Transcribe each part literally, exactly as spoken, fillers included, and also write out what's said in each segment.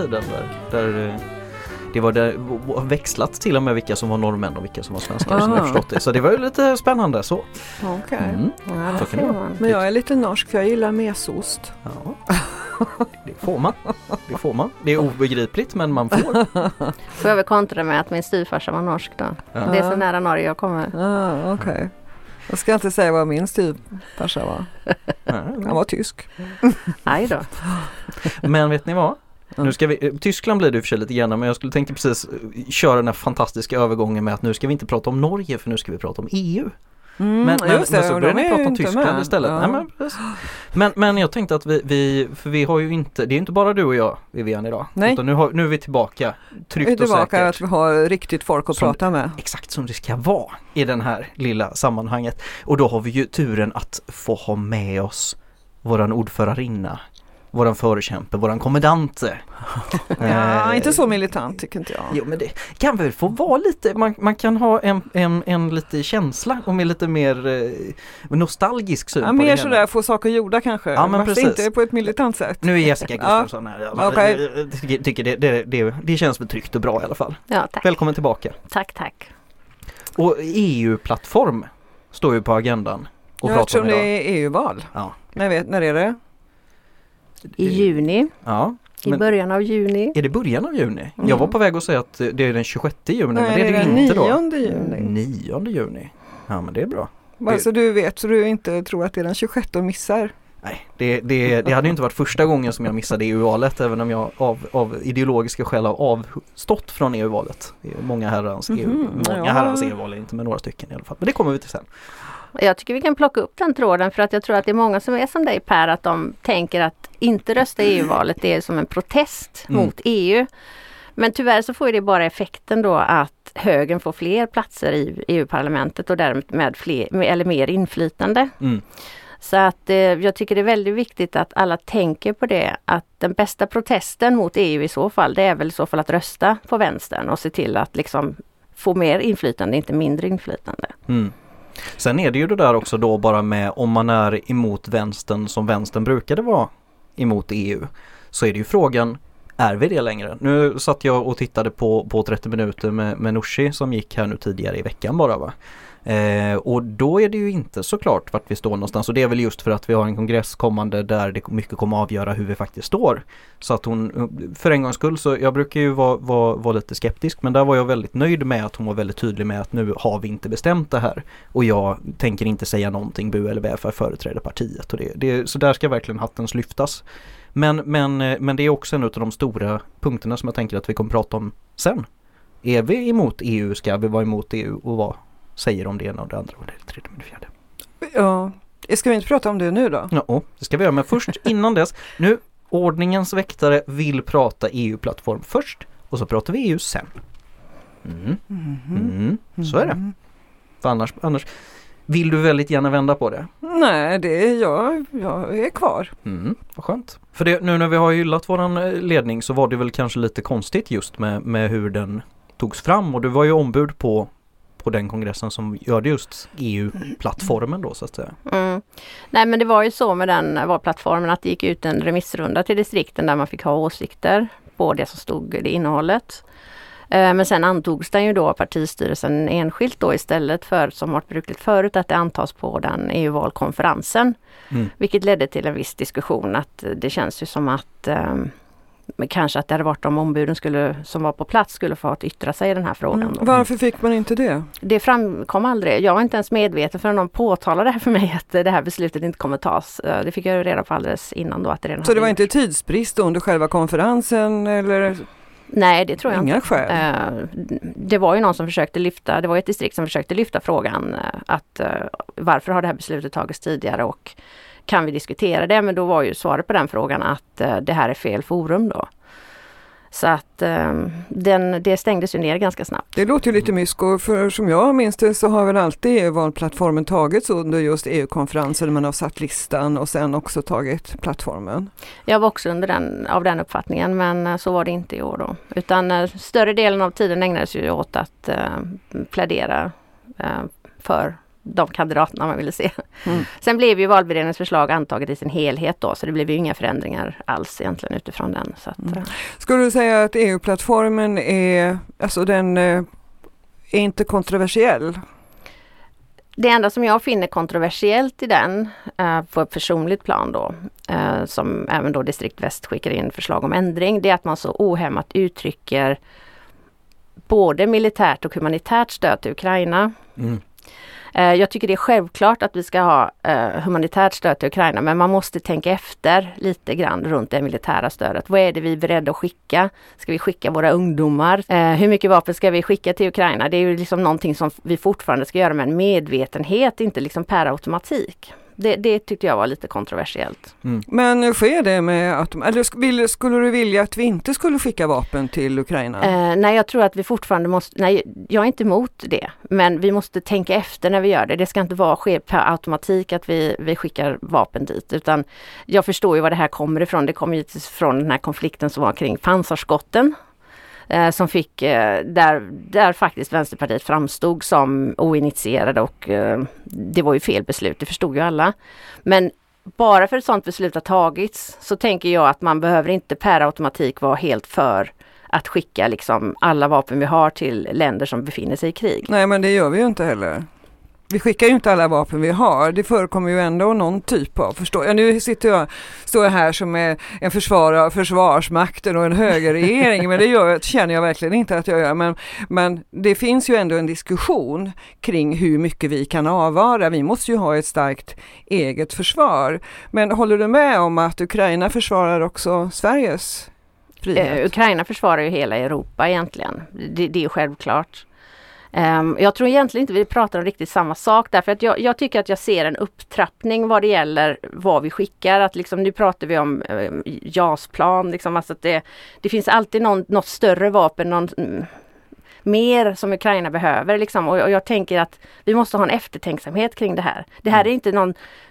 tiden där, där det var där, växlat till och med vilka som var norrmän och vilka som var svenskar som jag förstått det. Så det var ju lite spännande så. Okej. Okay. Mm. Ja, men jag är lite norsk för jag gillar mesost. Ja. Det får man. Det får man. Det är obegripligt men man får. Får jag väl kontra med att min styvfarsa var norsk då. Ja. Det är så nära Norge jag kommer. Ja, okej. Okay. Jag ska inte säga vad min styvfarsa var. Han var tysk. Nej då. Men vet ni vad? Nu ska vi, Tyskland blir det för sig lite grann, men jag skulle tänka precis köra den här fantastiska övergången med att nu ska vi inte prata om Norge för nu ska vi prata om E U. Mm, men, men, just det, men så börjar ni prata om Tyskland med. istället. Ja. Nej, men, men, men jag tänkte att vi, vi, för vi har ju inte, det är inte bara du och jag, Vivian, idag. Nej. Utan nu, har, nu är vi tillbaka tryggt vi är tillbaka och säkert. Att vi har riktigt folk att som, prata med. Exakt som det ska vara i den här lilla sammanhanget. Och då har vi ju turen att få ha med oss våran ordförarinna. Våran förkämpe, våran kommandante. Ja, inte så militant tycker inte jag. Jo, men det kan väl få vara lite, man, man kan ha en, en, en lite känsla och med lite mer eh, nostalgisk syn ja, på mer det. Mer sådär få saker gjorda kanske. Ja, men precis. Inte på ett militant sätt. Nu är Jessica Gustafsson här. Ja, okay. Jag tycker, tycker det, det, det, det känns väl tryggt och bra i alla fall. Ja, tack. Välkommen tillbaka. Tack, tack. Och E U-plattform står ju på agendan. Och jag tror det är E U-val. Ja. När, vet, när är det? I juni. Ja. I början av juni. Är det början av juni? Mm. Jag var på väg att säga att det är den tjugosjätte juni. Nej, men det är det, det inte då. nionde juni. nionde juni. Ja, men det är bra. Bara så du vet, så du inte tror att det är den tjugosjätte och missar. Nej, det, det, det hade ju inte varit första gången som jag missade E U-valet, även om jag av, av ideologiska skäl har avstått från E U-valet. Det är många herrans E U, mm, många ja. herrans E U-val, inte med några stycken i alla fall. Men det kommer vi till sen. Jag tycker vi kan plocka upp den tråden för att jag tror att det är många som är som dig, Per, att de tänker att inte rösta i E U-valet det är som en protest mm. mot E U. Men tyvärr så får det bara effekten då att högern får fler platser i E U-parlamentet och därmed fler, eller mer inflytande. Mm. Så att eh, jag tycker det är väldigt viktigt att alla tänker på det, att den bästa protesten mot E U i så fall, det är väl i så fall att rösta på vänstern och se till att liksom få mer inflytande, inte mindre inflytande. Mm. Sen är det ju det där också då bara med om man är emot vänstern som vänstern brukade vara emot E U, så är det ju frågan, är vi det längre? Nu satt jag och tittade på, på trettio minuter med, med Nooshi som gick här nu tidigare i veckan bara va? Eh, och då är det ju inte såklart vart vi står någonstans, och det är väl just för att vi har en kongress kommande där det mycket kommer avgöra hur vi faktiskt står. Så att hon, för en gångs skull, så jag brukar ju vara, vara, vara lite skeptisk, men där var jag väldigt nöjd med att hon var väldigt tydlig med att nu har vi inte bestämt det här och jag tänker inte säga någonting bu eller bä för att företräda partiet, och det, det, så där ska verkligen hatten lyftas. Men, men, men det är också en av de stora punkterna som jag tänker att vi kommer prata om sen. Är vi emot E U, ska vi vara emot E U och vad säger om det ena och det andra och det tredje och det fjärde. Ja, ska vi inte prata om det nu då? Ja, det ska vi göra, men först innan dess, nu ordningens väktare vill prata E U-plattform först och så pratar vi E U sen. Mm. Mm. Mm. Så är det. För annars, annars vill du väldigt gärna vända på det? Nej, det är jag, jag är kvar. Mm, vad skönt. För det, nu när vi har hyllat våran ledning så var det väl kanske lite konstigt just med, med hur den togs fram, och du var ju ombud på på den kongressen som gör just E U-plattformen då så att säga. Mm. Nej, men det var ju så med den valplattformen att det gick ut en remissrunda till distrikten där man fick ha åsikter på det som stod i det innehållet. Eh, men sen antogs den ju då av partistyrelsen enskilt då istället för, som varit brukligt förut, att det antas på den E U-valkonferensen. Mm. Vilket ledde till en viss diskussion att det känns ju som att eh, men kanske att det hade varit om ombuden skulle, som var på plats skulle få att yttra sig i den här frågan. Mm. Varför fick man inte det? Det framkom aldrig. Jag var inte ens medveten förrän någon påtalade det här för mig att det här beslutet inte kommer tas. Det fick jag reda på alldeles innan då. Att det redan Så det var gjort. inte tidsbrist under själva konferensen eller? Nej, det tror jag Inga inte. Skäl. Det var ju någon som försökte lyfta, det var ett distrikt som försökte lyfta frågan att varför har det här beslutet tagits tidigare och kan vi diskutera det? Men då var ju svaret på den frågan att uh, det här är fel forum då. Så att um, den, det stängdes ju ner ganska snabbt. Det låter ju lite mysko, för som jag minns det så har väl alltid E U-valplattformen tagits under just E U-konferensen, man har satt listan och sen också tagit plattformen. Jag var också under den, av den uppfattningen, men uh, så var det inte i år då. Utan uh, större delen av tiden ägnades ju åt att uh, plädera uh, för de kandidaterna man ville se. Mm. Sen blev ju valberedningens förslag antaget i sin helhet då, så det blev ju inga förändringar alls egentligen utifrån den. Så att, mm. Skulle du säga att E U-plattformen är, alltså den är inte kontroversiell? Det enda som jag finner kontroversiellt i den, eh, på ett personligt plan då, eh, som även då Distrikt Väst skickar in förslag om ändring, det är att man så ohämmat uttrycker både militärt och humanitärt stöd till Ukraina. Mm. Eh, jag tycker det är självklart att vi ska ha eh, humanitärt stöd till Ukraina, men man måste tänka efter lite grann runt det militära stödet. Vad är det vi är beredda att skicka? Ska vi skicka våra ungdomar? Eh, hur mycket vapen ska vi skicka till Ukraina? Det är ju liksom någonting som vi fortfarande ska göra med en medvetenhet, inte liksom per automatik. Det, det tyckte jag var lite kontroversiellt. Mm. Men sker det med att, eller vill, skulle du vilja att vi inte skulle skicka vapen till Ukraina? Eh, nej, jag tror att vi fortfarande måste, nej, jag är inte emot det, men vi måste tänka efter när vi gör det. Det ska inte vara ske per automatik att vi, vi skickar vapen dit, utan jag förstår ju var det här kommer ifrån. Det kommer ju från den här konflikten som var kring pansarskotten. Eh, som fick, eh, där, där faktiskt Vänsterpartiet framstod som oinitierade och eh, det var ju fel beslut, det förstod ju alla. Men bara för ett sådant beslut har tagits så tänker jag att man behöver inte per automatik vara helt för att skicka liksom alla vapen vi har till länder som befinner sig i krig. Nej, men det gör vi ju inte heller. Vi skickar ju inte alla vapen vi har. Det förekommer ju ändå någon typ av förstå. Ja, nu sitter jag, står jag här som är en försvarare av försvarsmakten och en högerregering, men det gör, känner jag verkligen inte att jag gör. Men, men det finns ju ändå en diskussion kring hur mycket vi kan avvara. Vi måste ju ha ett starkt eget försvar. Men håller du med om att Ukraina försvarar också Sveriges frihet? Eh, Ukraina försvarar ju hela Europa egentligen. Det, det är ju självklart. Um, jag tror egentligen inte vi pratar om riktigt samma sak, därför att jag, jag tycker att jag ser en upptrappning vad det gäller vad vi skickar. Att liksom, nu pratar vi om uh, JAS-plan, liksom, alltså att det, det finns alltid någon, något större vapen, någon, mm, mer som Ukraina behöver. Liksom, och, och jag tänker att vi måste ha en eftertänksamhet kring det här. Det här är inte någon...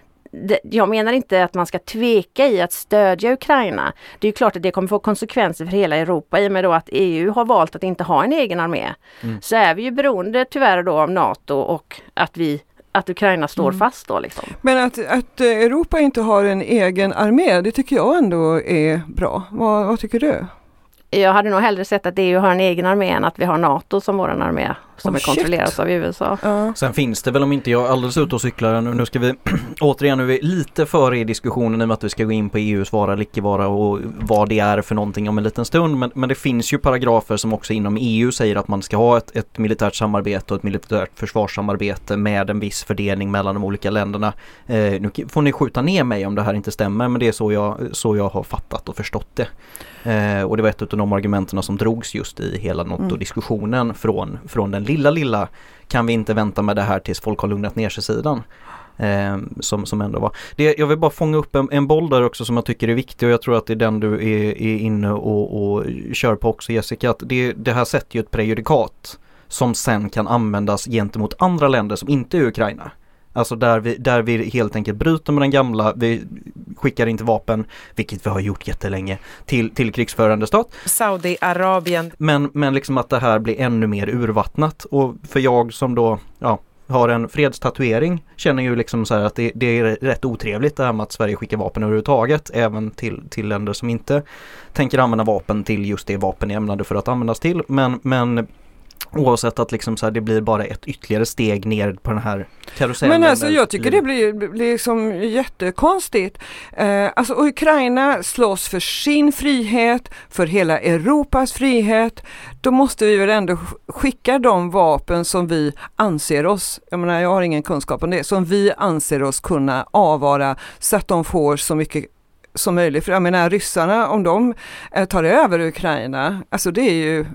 Jag menar inte att man ska tveka i att stödja Ukraina. Det är ju klart att det kommer få konsekvenser för hela Europa i och med då att E U har valt att inte ha en egen armé. Mm. Så är vi ju beroende tyvärr då av NATO och att vi att Ukraina står mm. fast då liksom. Men att, att Europa inte har en egen armé, det tycker jag ändå är bra. Vad, vad tycker du? Jag hade nog hellre sett att E U har en egen armé än att vi har NATO som vår armé som oh, är kontrolleras av U S A. Uh. Sen finns det väl, om inte jag är alldeles ute och cyklar nu, nu ska vi återigen, nu är vi lite före i diskussionen i och med att vi ska gå in på E U:s vara eller icke-vara och vad det är för någonting om en liten stund, men, men det finns ju paragrafer som också inom E U säger att man ska ha ett, ett militärt samarbete och ett militärt försvarssamarbete med en viss fördelning mellan de olika länderna. Eh, nu får ni skjuta ner mig om det här inte stämmer, men det är så jag, så jag har fattat och förstått det. Eh, och det var ett av de argumenterna som drogs just i hela NATO-diskussionen mm. från, från den lilla, lilla kan vi inte vänta med det här tills folk har lugnat ner sig sidan. Eh, som, som ändå var. Det, jag vill bara fånga upp en, en boll där också som jag tycker är viktig och jag tror att det är den du är, är inne och, och kör på också, Jessica. Att det, det här sätter ju ett prejudikat som sen kan användas gentemot andra länder som inte är Ukraina. Alltså där vi, där vi helt enkelt bryter med den gamla, vi skickar inte vapen, vilket vi har gjort jättelänge, till, till krigsförande stat. Saudiarabien. Men, men liksom att det här blir ännu mer urvattnat. Och för jag som då ja, har en fredstatuering känner ju liksom så här att det, det är rätt otrevligt det här med att Sverige skickar vapen överhuvudtaget, även till, till länder som inte tänker använda vapen till just det vapen är ämnade för att användas till. Men, men oavsett att liksom så här, det blir bara ett ytterligare steg ner på den här karusellen. Men alltså jag tycker det blir, blir liksom jättekonstigt. Eh, alltså Ukraina slåss för sin frihet, för hela Europas frihet. Då måste vi väl ändå skicka de vapen som vi anser oss, jag menar jag har ingen kunskap om det, som vi anser oss kunna avvara så att de får så mycket som möjligt. För jag menar ryssarna, om de eh, tar över Ukraina, alltså det är ju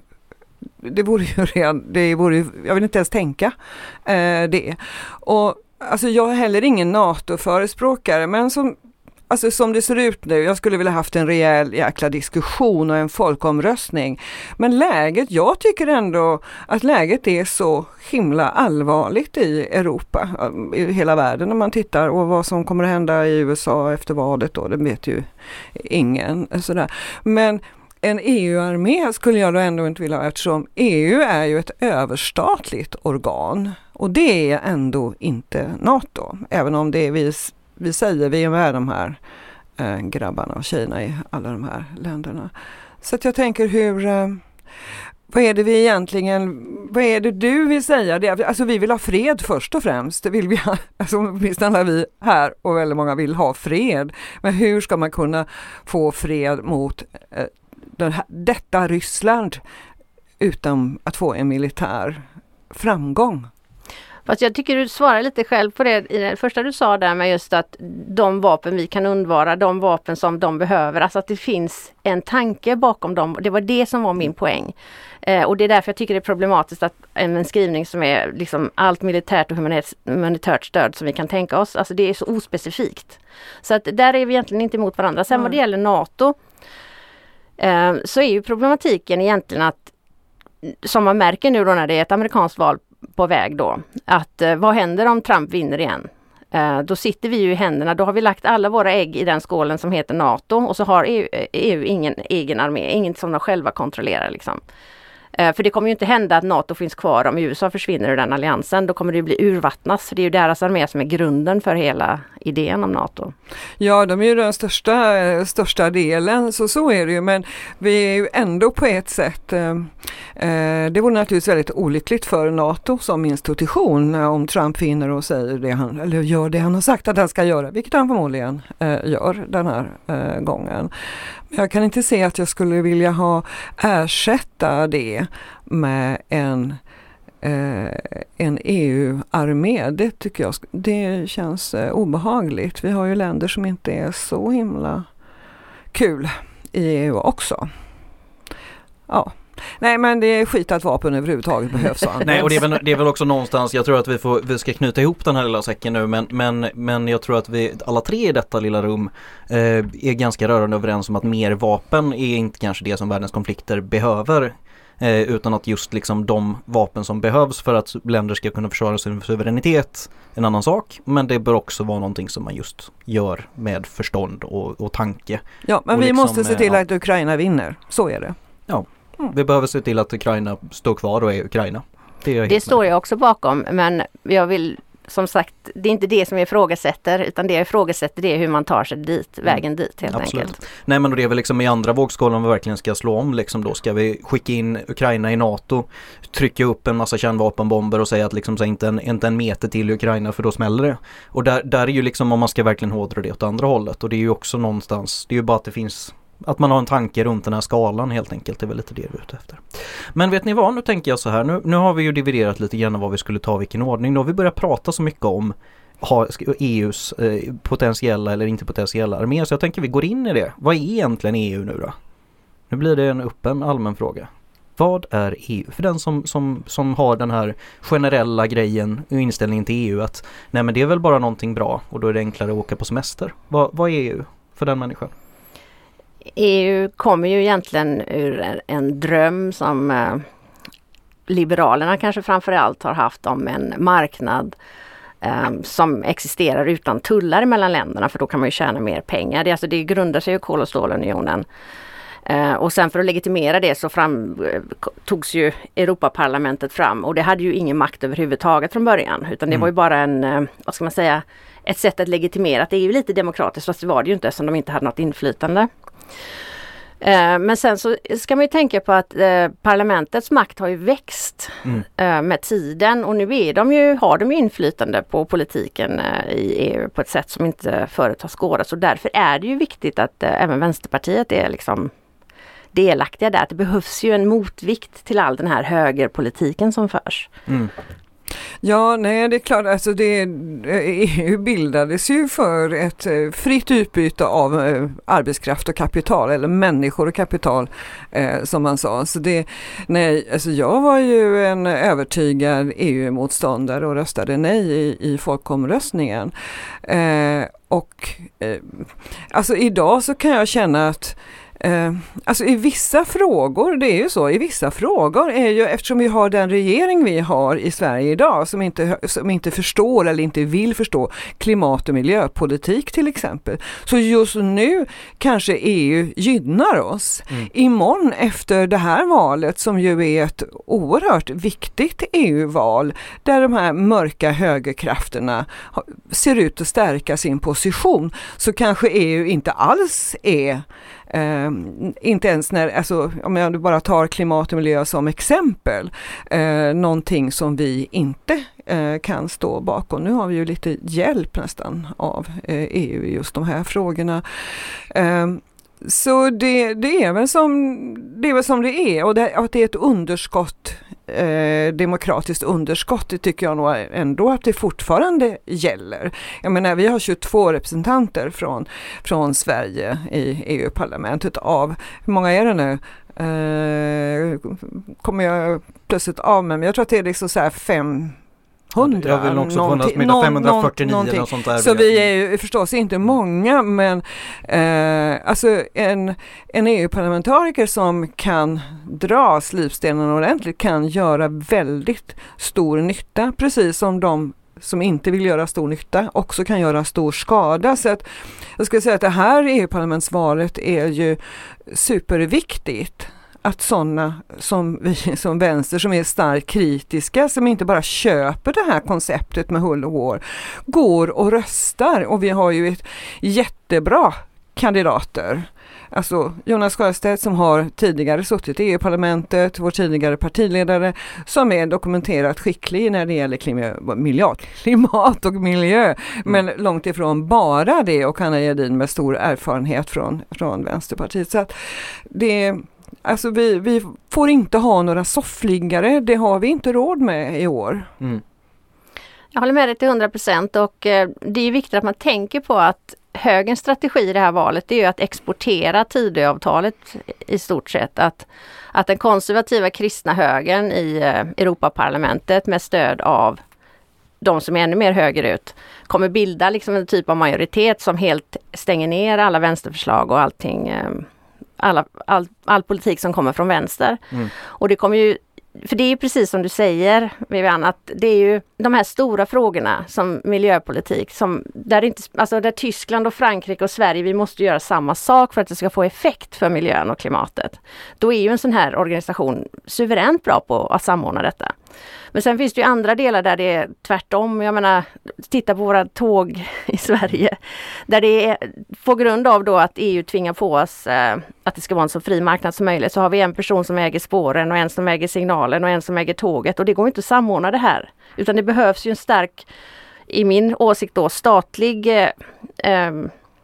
Det vore ju redan, det vore ju, jag vill inte ens tänka eh, det. Och alltså jag är heller ingen NATO-förespråkare, men som, alltså som det ser ut nu, jag skulle vilja haft en rejäl jäkla diskussion och en folkomröstning. Men läget, jag tycker ändå att läget är så himla allvarligt i Europa, i hela världen om man tittar, och vad som kommer att hända i U S A efter valet då, det vet ju ingen. Sådär. Men en E U-armé skulle jag då ändå inte vilja ha, eftersom E U är ju ett överstatligt organ. Och det är ändå inte NATO, även om det är vi, vi säger vi är med de här eh, grabbarna och tjejerna i alla de här länderna. Så att jag tänker hur... Eh, vad är det vi egentligen, vad är det du vill säga? Det, alltså vi vill ha fred först och främst. Det vill vi, alltså åtminstone vi här och väldigt många vill ha fred. Men hur ska man kunna få fred mot eh, den här, detta Ryssland utan att få en militär framgång? Fast jag tycker du svarar lite själv på det i det första du sa där med just att de vapen vi kan undvara, de vapen som de behöver, alltså att det finns en tanke bakom dem. Det var det som var min poäng. Eh, och det är därför jag tycker det är problematiskt att en skrivning som är liksom allt militärt och humanitärt stöd som vi kan tänka oss, alltså det är så ospecifikt. Så att där är vi egentligen inte emot varandra. Sen mm. vad det gäller NATO eh, så är ju problematiken egentligen att, som man märker nu då när det är ett amerikanskt val på väg då, att eh, vad händer om Trump vinner igen? Eh, då sitter vi ju i händerna, då har vi lagt alla våra ägg i den skålen som heter NATO och så har E U, E U ingen egen armé, inget som de själva kontrollerar liksom. Eh, för det kommer ju inte hända att NATO finns kvar om U S A försvinner ur den alliansen, då kommer det bli urvattnas, för det är ju deras armé som är grunden för hela idén om NATO. Ja, de är ju den största, största delen, så så är det ju, men vi är ju ändå på ett sätt, eh, det vore naturligtvis väldigt olyckligt för NATO som institution om Trump vinner och säger det han, eller gör det han har sagt att han ska göra, vilket han förmodligen eh, gör den här eh, gången. Jag kan inte se att jag skulle vilja ha ersätta det med en Eh, en E U-armé. Det tycker jag det känns eh, obehagligt. Vi har ju länder som inte är så himla kul i E U också. Ja. Nej, men det är skit att vapen överhuvudtaget behövs. Nej, och det är, väl, det är väl också någonstans, jag tror att vi, får, vi ska knyta ihop den här lilla säcken nu, men, men, men jag tror att vi alla tre i detta lilla rum eh, är ganska rörande överens om att mer vapen är inte kanske det som världens konflikter behöver. Eh, utan att just liksom de vapen som behövs för att länder ska kunna försvara sin suveränitet en annan sak. Men det bör också vara någonting som man just gör med förstånd och, och tanke. Ja, men och vi liksom, måste se till ja. att Ukraina vinner. Så är det. Ja, mm. vi behöver se till att Ukraina står kvar och är Ukraina. Det, är det står jag också bakom, men jag vill... Som sagt, det är inte det som jag ifrågasätter, utan det jag ifrågasätter det är hur man tar sig dit, vägen dit helt Absolut. enkelt. Nej, men det är väl liksom i andra vågskålen om vi verkligen ska slå om liksom, då ska vi skicka in Ukraina i NATO, trycka upp en massa kärnvapenbomber och säga att liksom så inte en, inte en meter till i Ukraina för då smäller det. Och där, där är ju liksom om man ska verkligen hårdra det åt andra hållet, och det är ju också någonstans, det är ju bara att det finns att man har en tanke runt den här skalan helt enkelt, det är väl lite det vi är ute efter. Men vet ni vad, nu tänker jag så här, nu, nu har vi ju dividerat lite grann vad vi skulle ta vilken ordning, då har vi börjat prata så mycket om ha, E U:s eh, potentiella eller inte potentiella armé, så jag tänker vi går in i det. Vad är egentligen E U nu då? Nu blir det en öppen allmän fråga. Vad är E U? För den som, som, som har den här generella grejen och inställningen till E U att nej men det är väl bara någonting bra och då är det enklare att åka på semester. Vad, vad är E U för den människan? E U kommer ju egentligen ur en dröm som eh, Liberalerna kanske framförallt har haft om en marknad eh, som existerar utan tullar mellan länderna, för då kan man ju tjäna mer pengar. Det, alltså, det grundar sig i kol- och stålunionen. Eh, och sen för att legitimera det så fram, eh, togs ju Europaparlamentet fram, och det hade ju ingen makt överhuvudtaget från början, utan det mm. var ju bara en, eh, vad ska man säga, ett sätt att legitimera att det är ju lite demokratiskt, fast det var det ju inte eftersom de inte hade något inflytande. Eh, men sen så ska man ju tänka på att eh, parlamentets makt har ju växt mm. eh, med tiden, och nu är de ju, har de ju inflytande på politiken eh, i E U på ett sätt som inte förut har skådats, och därför är det ju viktigt att eh, även Vänsterpartiet är liksom delaktiga där. Att det behövs ju en motvikt till all den här högerpolitiken som förs. Mm. Ja, nej, det är klart, alltså det E U bildades ju för ett fritt utbyte av arbetskraft och kapital, eller människor och kapital eh, som man sa. Så det, nej, alltså jag var ju en övertygad E U-motståndare och röstade nej i, i folkomröstningen. Eh, och eh, alltså idag så kan jag känna att Eh, alltså i vissa frågor, det är ju så, i vissa frågor är ju, eftersom vi har den regering vi har i Sverige idag som inte, som inte förstår eller inte vill förstå klimat- och miljöpolitik till exempel. Så just nu kanske E U gynnar oss. Mm. Imorgon efter det här valet som ju är ett oerhört viktigt E U-val där de här mörka högerkrafterna ser ut att stärka sin position, så kanske E U inte alls är Uh, inte ens när, alltså, om jag bara tar klimat och miljö som exempel, uh, någonting som vi inte uh, kan stå bakom. Nu har vi ju lite hjälp nästan av uh, E U i just de här frågorna. Uh, så det, det, är väl som, det är väl som det är, och det, att det är ett underskott, eh, demokratiskt underskott, det tycker jag nog ändå att det fortfarande gäller. Jag menar, vi har tjugotvå representanter från, från Sverige i E U-parlamentet av, hur många är det nu? Eh, kommer jag plötsligt av med, men jag tror att det är liksom så här fem hundra, jag vill också få någon, femhundrafyrtionio någon, eller något sånt där. Så vi är ju förstås inte många, men eh, alltså en, en E U-parlamentariker som kan dra slipstenen ordentligt kan göra väldigt stor nytta, precis som de som inte vill göra stor nytta också kan göra stor skada. Så att jag skulle säga att det här E U-parlamentsvalet är ju superviktigt. Att sådana som vi som vänster som är starkt kritiska, som inte bara köper det här konceptet med hull och hår, går och röstar. Och vi har ju ett jättebra kandidater. Alltså Jonas Sjöstedt som har tidigare suttit i E U-parlamentet, vår tidigare partiledare som är dokumenterat skicklig när det gäller klimat, miljö, klimat och miljö. Mm. Men långt ifrån bara det, och Hanna Gedin med stor erfarenhet från, från Vänsterpartiet. Så att det Alltså vi, vi får inte ha några soffliggare, det har vi inte råd med i år. Mm. Jag håller med dig till hundra procent, och eh, det är viktigt att man tänker på att högerns strategi i det här valet är ju att exportera Tidöavtalet i stort sett. Att, att den konservativa kristna högern i eh, Europaparlamentet med stöd av de som är ännu mer högerut kommer bilda liksom en typ av majoritet som helt stänger ner alla vänsterförslag och allting. Eh, Alla, all, all politik som kommer från vänster. Mm. Och det kommer ju, för det är ju precis som du säger, Vivian, att det är ju de här stora frågorna som miljöpolitik, som där, inte, alltså där Tyskland och Frankrike och Sverige, vi måste göra samma sak för att det ska få effekt för miljön och klimatet. Då är ju en sån här organisation suveränt bra på att samordna detta. Men sen finns det ju andra delar där det är tvärtom. Jag menar, titta på våra tåg i Sverige. Där det är, på grund av då att E U tvingar på oss eh, att det ska vara en så fri marknad som möjligt, så har vi en person som äger spåren och en som äger signalen och en som äger tåget. Och det går inte att samordna det här. Utan det behövs ju en stark, i min åsikt då, statlig eh, eh,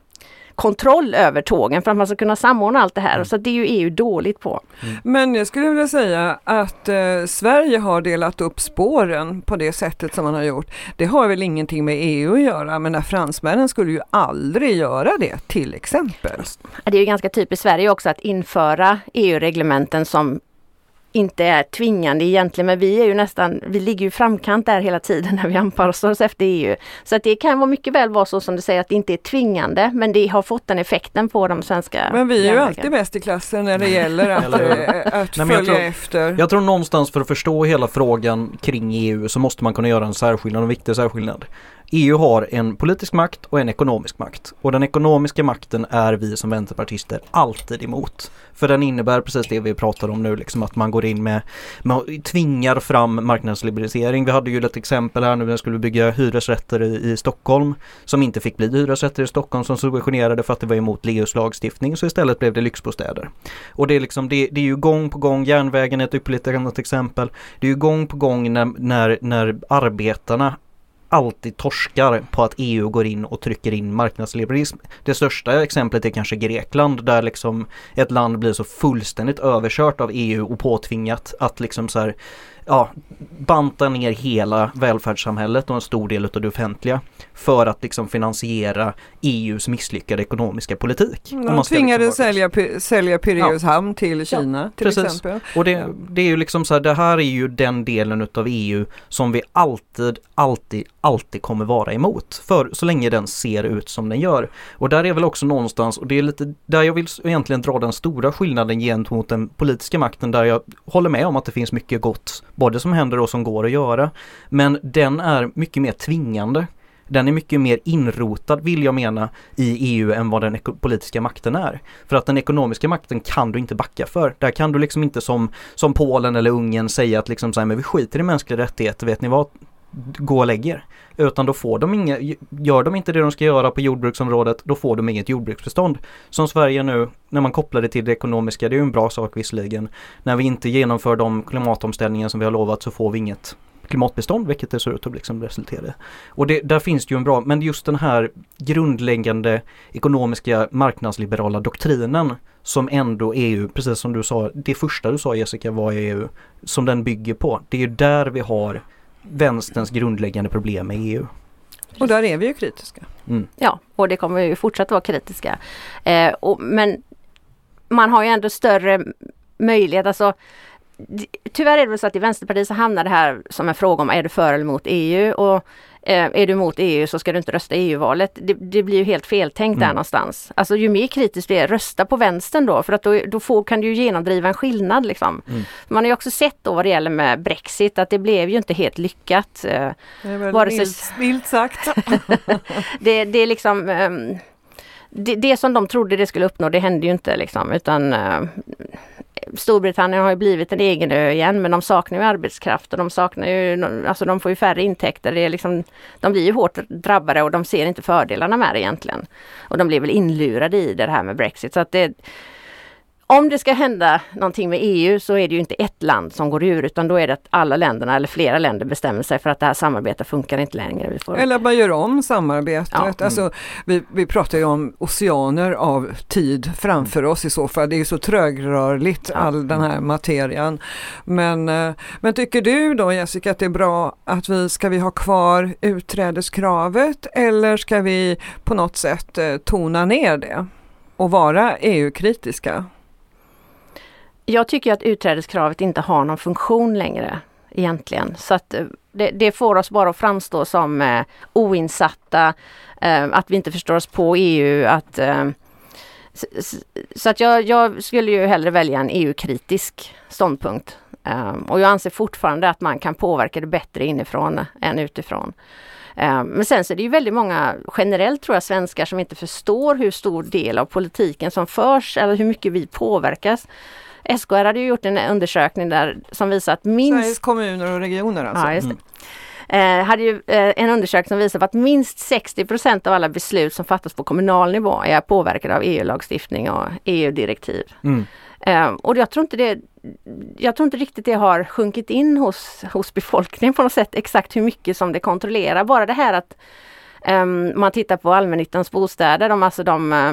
kontroll över tågen för att man ska kunna samordna allt det här. Mm. Så det är ju E U dåligt på. Mm. Men jag skulle vilja säga att eh, Sverige har delat upp spåren på det sättet som man har gjort. Det har väl ingenting med E U att göra, men när fransmännen skulle ju aldrig göra det, till exempel. Det är ju ganska typiskt Sverige också att införa E U-reglementen som inte är tvingande egentligen, men vi är ju nästan, vi ligger ju framkant där hela tiden när vi anpassar oss efter E U. Så att det kan vara mycket väl vara så som du säger att det inte är tvingande, men det har fått den effekten på de svenska. Men vi är ju alltid bäst i klassen när det gäller att, att Nej, följa jag tror, efter. Jag tror någonstans för att förstå hela frågan kring E U så måste man kunna göra en särskillnad, en viktig särskillnad. E U har en politisk makt och en ekonomisk makt. Och den ekonomiska makten är vi som vänsterpartister alltid emot. För den innebär precis det vi pratar om nu, liksom att man går in med, med tvingar fram marknadsliberalisering. Vi hade ju ett exempel här nu när vi skulle bygga hyresrätter i, i Stockholm som inte fick bli hyresrätter i Stockholm, som subventionerade för att det var emot E U:s lagstiftning, så istället blev det lyxbostäder. Och det är liksom, det, det är ju gång på gång, järnvägen är ett ypperligt annat exempel. Det är ju gång på gång när, när, när arbetarna alltid torskar på att E U går in och trycker in marknadsliberalism. Det största exemplet är kanske Grekland, där liksom ett land blir så fullständigt överkört av E U och påtvingat att liksom så här ja, banta ner hela välfärdssamhället och en stor del av det offentliga för att liksom finansiera E U:s misslyckade ekonomiska politik. De tvingade liksom sälja, sälja Pireus ja. hamn till Kina ja, till precis. exempel. Och det, det är ju liksom så här, det här är ju den delen av E U som vi alltid, alltid, alltid kommer vara emot. För så länge den ser ut som den gör. Och där är väl också någonstans, och det är lite där jag vill egentligen dra den stora skillnaden gentemot den politiska makten, där jag håller med om att det finns mycket gott, både som händer och som går att göra. Men den är mycket mer tvingande. Den är mycket mer inrotad, vill jag mena, i E U än vad den eko- politiska makten är. För att den ekonomiska makten kan du inte backa för. Där kan du liksom inte som, som Polen eller Ungern säga att liksom så här, men vi skiter i mänskliga rättigheter, vet ni vad? Gå och lägger. Utan då får de inga, gör de inte det de ska göra på jordbruksområdet, då får de inget jordbruksbestånd. Som Sverige nu, när man kopplar det till det ekonomiska, det är ju en bra sak visserligen. När vi inte genomför de klimatomställningar som vi har lovat så får vi inget klimatbestånd, vilket det ser ut att liksom resultera. Och det, där finns det ju en bra, men just den här grundläggande ekonomiska marknadsliberala doktrinen som ändå E U, precis som du sa, det första du sa Jessica var E U, som den bygger på. Det är ju där vi har vänsterns grundläggande problem med E U. Och där är vi ju kritiska. Mm. Ja, och det kommer ju fortsätta vara kritiska. Eh, och, men man har ju ändå större möjlighet, alltså tyvärr är det väl så att i Vänsterpartiet så hamnar det här som en fråga om är du för eller emot E U, och eh, är du emot E U så ska du inte rösta i E U-valet. Det, det blir ju helt feltänkt mm. där någonstans. Alltså ju mer kritiskt det är, rösta på vänstern då, för att då, då får, kan du ju genomdriva en skillnad liksom. Mm. Man har ju också sett då vad det gäller med Brexit att det blev ju inte helt lyckat. Eh, det är väl milt, milt sagt. det, det är liksom um, det, det som de trodde det skulle uppnå, det hände ju inte liksom, utan uh, Storbritannien har ju blivit en egen ö igen, men de saknar ju arbetskraft och de saknar ju, alltså de får ju färre intäkter. Det är liksom, de blir ju hårt drabbade och de ser inte fördelarna med det egentligen. Och de blir väl inlurade i det här med Brexit. Så att det, om det ska hända någonting med E U så är det ju inte ett land som går ur, utan då är det att alla länderna eller flera länder bestämmer sig för att det här samarbetet funkar inte längre. Vi får... Eller att man gör om samarbetet. Ja. Mm. Alltså, vi, vi pratar ju om oceaner av tid framför oss i så fall. Det är ju så trögrörligt, ja. all den här materian. Men, men tycker du då Jessica att det är bra att vi, ska vi ha kvar utträdeskravet eller ska vi på något sätt tona ner det och vara E U-kritiska? Jag tycker att utträdeskravet inte har någon funktion längre egentligen. Så att det, det får oss bara att framstå som eh, oinsatta, eh, att vi inte förstår oss på E U. Att, eh, så, så att jag, jag skulle ju hellre välja en E U-kritisk ståndpunkt. Eh, och jag anser fortfarande att man kan påverka det bättre inifrån än utifrån. Eh, men sen så är det ju väldigt många, generellt tror jag, svenskar som inte förstår hur stor del av politiken som förs eller hur mycket vi påverkas. S K R hade ju gjort en undersökning där som visar att minst... Sveriges kommuner och regioner alltså. Ja, just det. Mm. Eh, hade ju eh, en undersökning som visar att minst sextio procent av alla beslut som fattas på kommunal nivå är påverkade av E U-lagstiftning och E U-direktiv. Mm. Eh, och jag tror inte det jag tror inte riktigt det har sjunkit in hos, hos befolkningen på något sätt exakt hur mycket som det kontrollerar. Bara det här att eh, man tittar på allmännyttans bostäder, de, alltså de eh,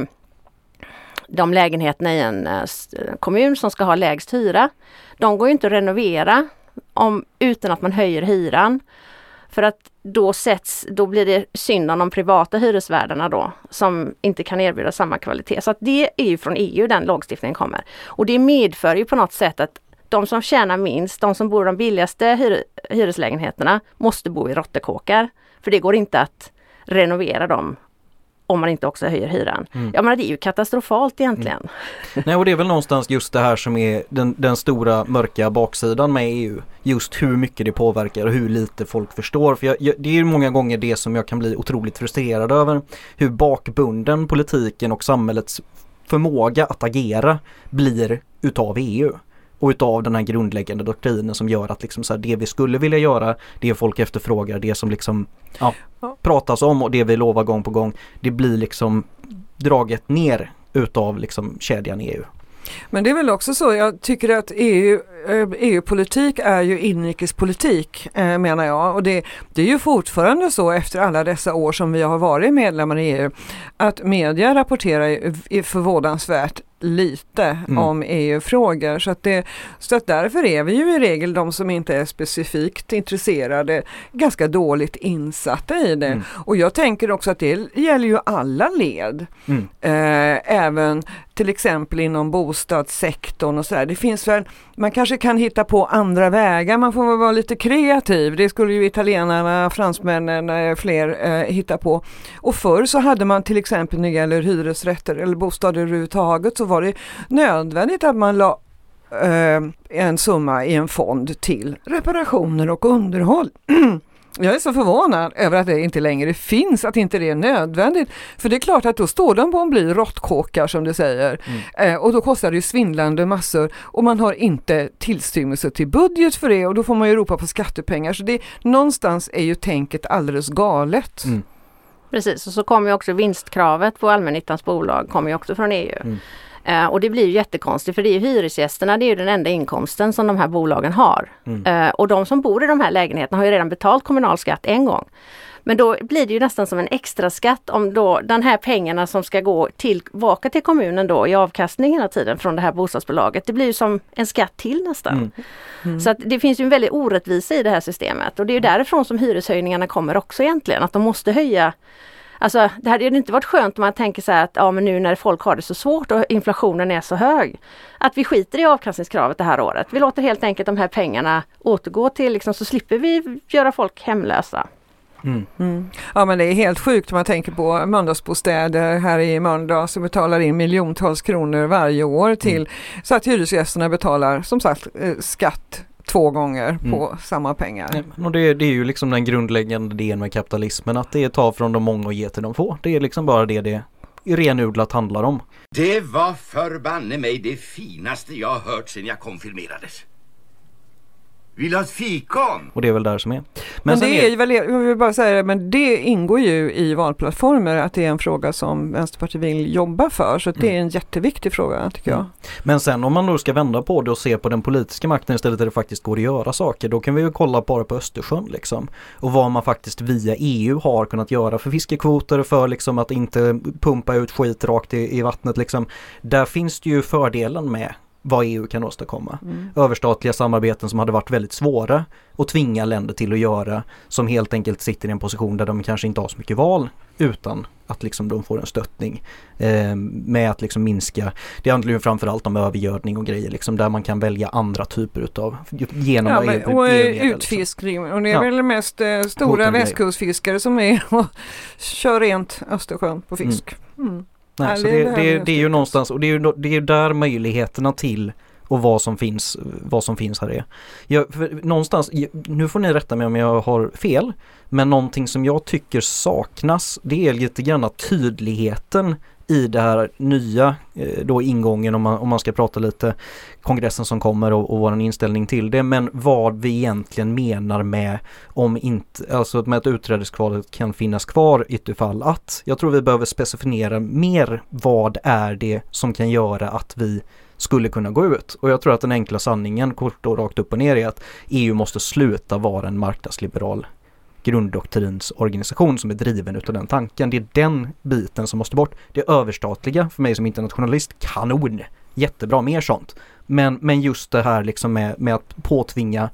de lägenheterna i en uh, kommun som ska ha lägst hyra, de går ju inte att renovera om, utan att man höjer hyran. För att då, sätts, då blir det synd om de privata hyresvärdarna då, som inte kan erbjuda samma kvalitet. Så att det är ju från E U den lagstiftningen kommer. Och det medför ju på något sätt att de som tjänar minst, de som bor i de billigaste hyr- hyreslägenheterna måste bo i rottekåkar. För det går inte att renovera dem om man inte också höjer hyran. Mm. Ja, men det är ju katastrofalt egentligen. Mm. Nej, och det är väl någonstans just det här som är den, den stora mörka baksidan med E U. Just hur mycket det påverkar och hur lite folk förstår. För jag, jag, det är ju många gånger det som jag kan bli otroligt frustrerad över. Hur bakbunden politiken och samhällets förmåga att agera blir utav E U. Och utav den här grundläggande doktrinen som gör att liksom så här, det vi skulle vilja göra, det folk efterfrågar, det som liksom ja, pratas om och det vi lovar gång på gång, det blir liksom draget ner utav liksom kedjan E U. Men det är väl också så, jag tycker att E U, E U-politik är ju inrikespolitik eh, menar jag, och det, det är ju fortfarande så efter alla dessa år som vi har varit medlemmar i E U att media rapporterar ju förvånansvärt lite mm. om E U-frågor. Så att, det, så att därför är vi ju i regel de som inte är specifikt intresserade ganska dåligt insatta i det. Mm. Och jag tänker också att det gäller ju alla led. Mm. Eh, även till exempel inom bostadssektorn och så här. Det finns väl, man kanske kan hitta på andra vägar, man får vara lite kreativ. Det skulle ju italienarna, fransmännen, fler eh, hitta på. Och förr så hade man till exempel när det gäller hyresrätter eller bostäder överhuvudtaget så var det nödvändigt att man la eh, en summa i en fond till reparationer och underhåll. Jag är så förvånad över att det inte längre finns, att inte det är nödvändigt. För det är klart att då står de på en bli råttkåkar som du säger. Mm. Eh, och då kostar det ju svindlande massor. Och man har inte tillstymmelse till budget för det. Och då får man ju ropa på skattepengar. Så det, någonstans är ju tänket alldeles galet. Mm. Precis, och så kommer ju också vinstkravet på allmännyttans bolag kommer ju också från E U. Mm. Uh, och det blir ju jättekonstigt för det är ju hyresgästerna, det är ju den enda inkomsten som de här bolagen har. Mm. Uh, och de som bor i de här lägenheterna har ju redan betalt kommunalskatt en gång. Men då blir det ju nästan som en extra skatt om då den här pengarna som ska gå tillbaka till kommunen då i avkastning hela tiden från det här bostadsbolaget. Det blir ju som en skatt till nästan. Mm. Mm. Så att det finns ju en väldigt orättvisa i det här systemet. Och det är ju därifrån som hyreshöjningarna kommer också egentligen. Att de måste höja. Alltså det hade ju inte varit skönt om man tänker så här att ja, men nu när folk har det så svårt och inflationen är så hög. Att vi skiter i avkastningskravet det här året. Vi låter helt enkelt de här pengarna återgå till liksom, så slipper vi göra folk hemlösa. Mm. Mm. Ja men det är helt sjukt om man tänker på Mölndalsbostäder här i Mölndal som betalar in miljontals kronor varje år till mm. så att hyresgästerna betalar som sagt skatt två gånger mm. på samma pengar. Ja, och det, det är ju liksom den grundläggande idén med kapitalismen att det är ta från de många och ge till de få. Det är liksom bara det det renodlat handlar om. Det var förbanne mig det finaste jag har hört sedan jag konfirmerades. Vill du ha ett fikon? Och det är väl där som är. Men, men det är, är ju väl, jag vill bara säga men det ingår ju i valplattformer att det är en fråga som Vänsterpartiet vill jobba för. Så det är en jätteviktig fråga tycker jag. Mm. Men sen om man då ska vända på det och se på den politiska makten istället där det faktiskt går att göra saker, då kan vi ju kolla bara på Östersjön liksom. Och vad man faktiskt via E U har kunnat göra för fiskekvoter, för liksom att inte pumpa ut skit rakt i, i vattnet liksom. Där finns det ju fördelen med vad E U kan åstadkomma. Mm. Överstatliga samarbeten som hade varit väldigt svåra att tvinga länder till att göra, som helt enkelt sitter i en position där de kanske inte har så mycket val utan att liksom de får en stöttning eh, med att liksom minska. Det handlar ju framförallt om övergödning och grejer liksom, där man kan välja andra typer utav genom ja, men, och utfiskning liksom. Och det är ja. väl mest eh, stora västkustfiskare som är och kör rent Östersjön på fisk. Mm. Mm. Nej, så det, det, det är ju någonstans, och det är ju det är där möjligheterna till och vad som finns vad som finns här är. Jag, för någonstans, nu får ni rätta mig om jag har fel, men någonting som jag tycker saknas, det är lite grann tydligheten i det här nya då ingången, om man, om man ska prata lite kongressen som kommer och, och vår inställning till det, men vad vi egentligen menar med om inte, alltså med att utträdeskvalet kan finnas kvar i ett fall att. Jag tror vi behöver specificera mer vad är det som kan göra att vi skulle kunna gå ut. Och jag tror att den enkla sanningen kort och rakt upp och ner är att E U måste sluta vara en marknadsliberal grunddoktrinsorganisation som är driven utav den tanken. Det är den biten som måste bort. Det överstatliga för mig som internationalist, kanon, jättebra, mer sånt. Men, men just det här liksom med, med att påtvinga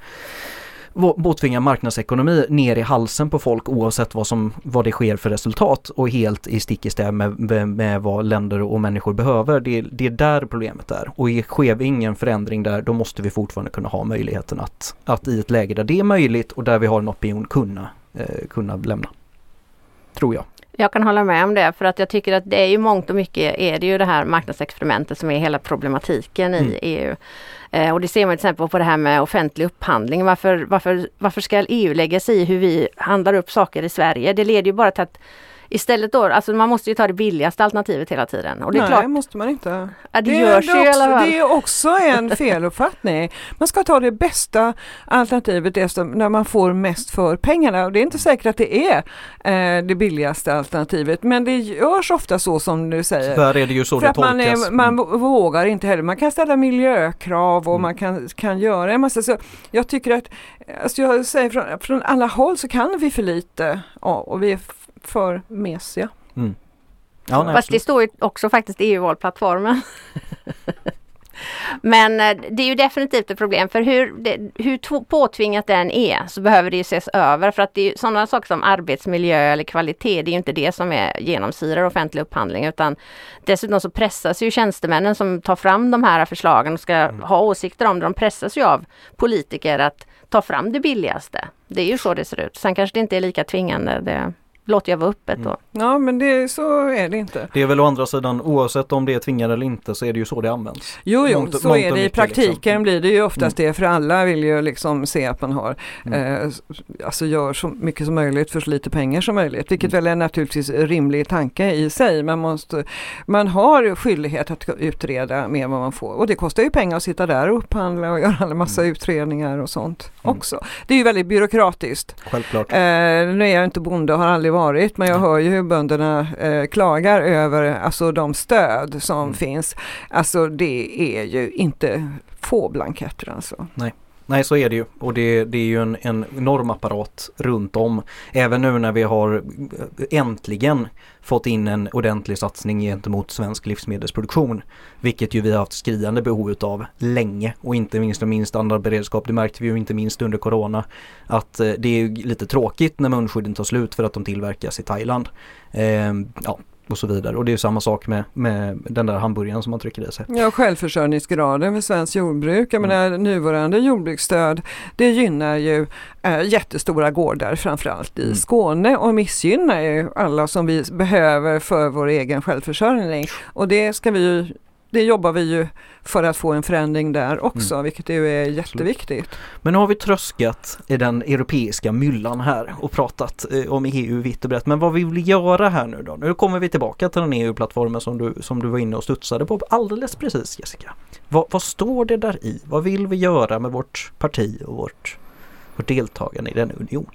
påtvinga marknadsekonomi ner i halsen på folk oavsett vad, som, vad det sker för resultat och helt i stick i stäv med, med, med vad länder och människor behöver. Det, det är där problemet är. Och sker vi ingen förändring där, då måste vi fortfarande kunna ha möjligheten att, att i ett läge där det är möjligt och där vi har en opinion kunna, eh, kunna lämna. Tror jag. Jag kan hålla med om det, för att jag tycker att det är ju mångt och mycket är det ju det här marknadsexperimentet som är hela problematiken mm. i E U. Eh, och det ser man till exempel på det här med offentlig upphandling. Varför, varför, varför ska E U lägga sig i hur vi handlar upp saker i Sverige? Det leder ju bara till att istället då, alltså man måste ju ta det billigaste alternativet hela tiden. Och det är Nej, klart, måste man inte. Ja, det, det, görs är, det, ju också, i alla fall. det är också en feluppfattning. Man ska ta det bästa alternativet när man får mest för pengarna. Och det är inte säkert att det är eh, det billigaste alternativet. Men det görs ofta så som du säger. För är det ju så för det att man, är, man mm. vågar inte heller. Man kan ställa miljökrav och mm. man kan, kan göra en massa. Så jag tycker att, alltså jag säger från, från alla håll så kan vi för lite. Ja, och vi är för mesiga. Mm. Ja, nej, Fast det står ju också faktiskt E U-valplattformen. Men det är ju definitivt ett problem, för hur, det, hur påtvingat den är så behöver det ju ses över, för att det är sådana saker som arbetsmiljö eller kvalitet, det är ju inte det som är genomsyrar offentlig upphandling, utan dessutom så pressas ju tjänstemännen som tar fram de här förslagen och ska mm. ha åsikter om det, de pressas ju av politiker att ta fram det billigaste. Det är ju så det ser ut. Sen kanske det inte är lika tvingande, det låter jag vara öppet då. Mm. Ja, men det, så är det inte. Det är väl å andra sidan, oavsett om det är tvingande eller inte, så är det ju så det används. Jo, jo, mångt, så mångt är det i praktiken liksom. Blir det ju oftast mm. det, för alla vill ju liksom se att man har mm. eh, alltså gör så mycket som möjligt för så lite pengar som möjligt, vilket mm. väl är naturligtvis en rimlig tanke i sig. Man, måste, man har skyldighet att utreda mer vad man får, och det kostar ju pengar att sitta där och upphandla och göra en massa mm. utredningar och sånt mm. också. Det är ju väldigt byråkratiskt. Självklart. Eh, nu är jag inte bonde och har aldrig varit, men jag hör ju hur bönderna eh, klagar över alltså de stöd som mm. finns. Alltså det är ju inte få blanketter alltså. Nej. Nej, så är det ju. Och det, det är ju en, en enorm apparat runt om. Även nu när vi har äntligen fått in en ordentlig satsning gentemot svensk livsmedelsproduktion. Vilket ju vi har haft skriande behov av länge. Och inte minst och minst andra beredskap. Det märkte vi ju inte minst under corona. Att eh, det är ju lite tråkigt när munskydden tar slut för att de tillverkas i Thailand. Eh, ja. Och så vidare. Och det är ju samma sak med, med den där hamburgaren som man trycker i sig. Ja, självförsörjningsgraden för svensk jordbruk. Jag menar, nuvarande jordbruksstöd, det gynnar ju äh, jättestora gårdar, framförallt i mm. Skåne, och missgynnar ju alla som vi behöver för vår egen självförsörjning. Och det ska vi ju Det jobbar vi ju för att få en förändring där också, mm. vilket ju är jätteviktigt. Men nu har vi tröskat i den europeiska myllan här och pratat eh, om E U vitt och brett. Men vad vill vi göra här nu då? Nu kommer vi tillbaka till den E U-plattformen som du, som du var inne och studsade på alldeles precis, Jessica. Vad, vad står det där i? Vad vill vi göra med vårt parti och vårt, vårt deltagande i den union?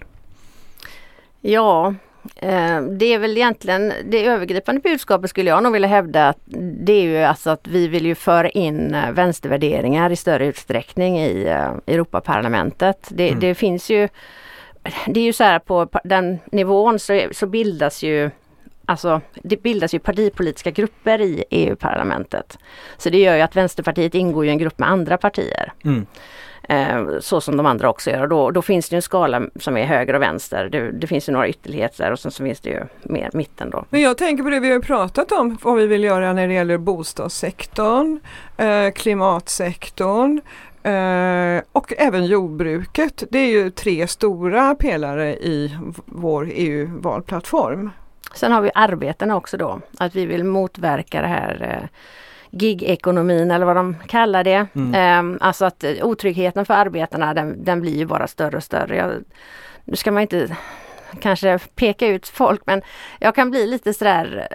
Ja... Det är väl egentligen det övergripande budskapet, skulle jag nog vilja hävda, att det är ju alltså att vi vill ju föra in vänstervärderingar i större utsträckning i Europaparlamentet. Det, mm. det finns ju, det är ju så här, på den nivån så, så bildas ju Alltså det bildas ju partipolitiska grupper i E U-parlamentet. Så det gör ju att Vänsterpartiet ingår i en grupp med andra partier. Mm. Eh, så som de andra också gör. Och då, då finns det ju en skala som är höger och vänster. Det, det finns ju några ytterligheter och sen så finns det ju mer mitten då. Men jag tänker på det vi har pratat om, vad vi vill göra när det gäller bostadssektorn, eh, klimatsektorn eh, och även jordbruket. Det är ju tre stora pelare i vår E U-valplattform. Sen har vi arbetena också då. Att vi vill motverka det här eh, gig-ekonomin eller vad de kallar det. Mm. Eh, alltså att otryggheten för arbetarna den, den blir ju bara större och större. Jag, nu ska man inte kanske peka ut folk, men jag kan bli lite sådär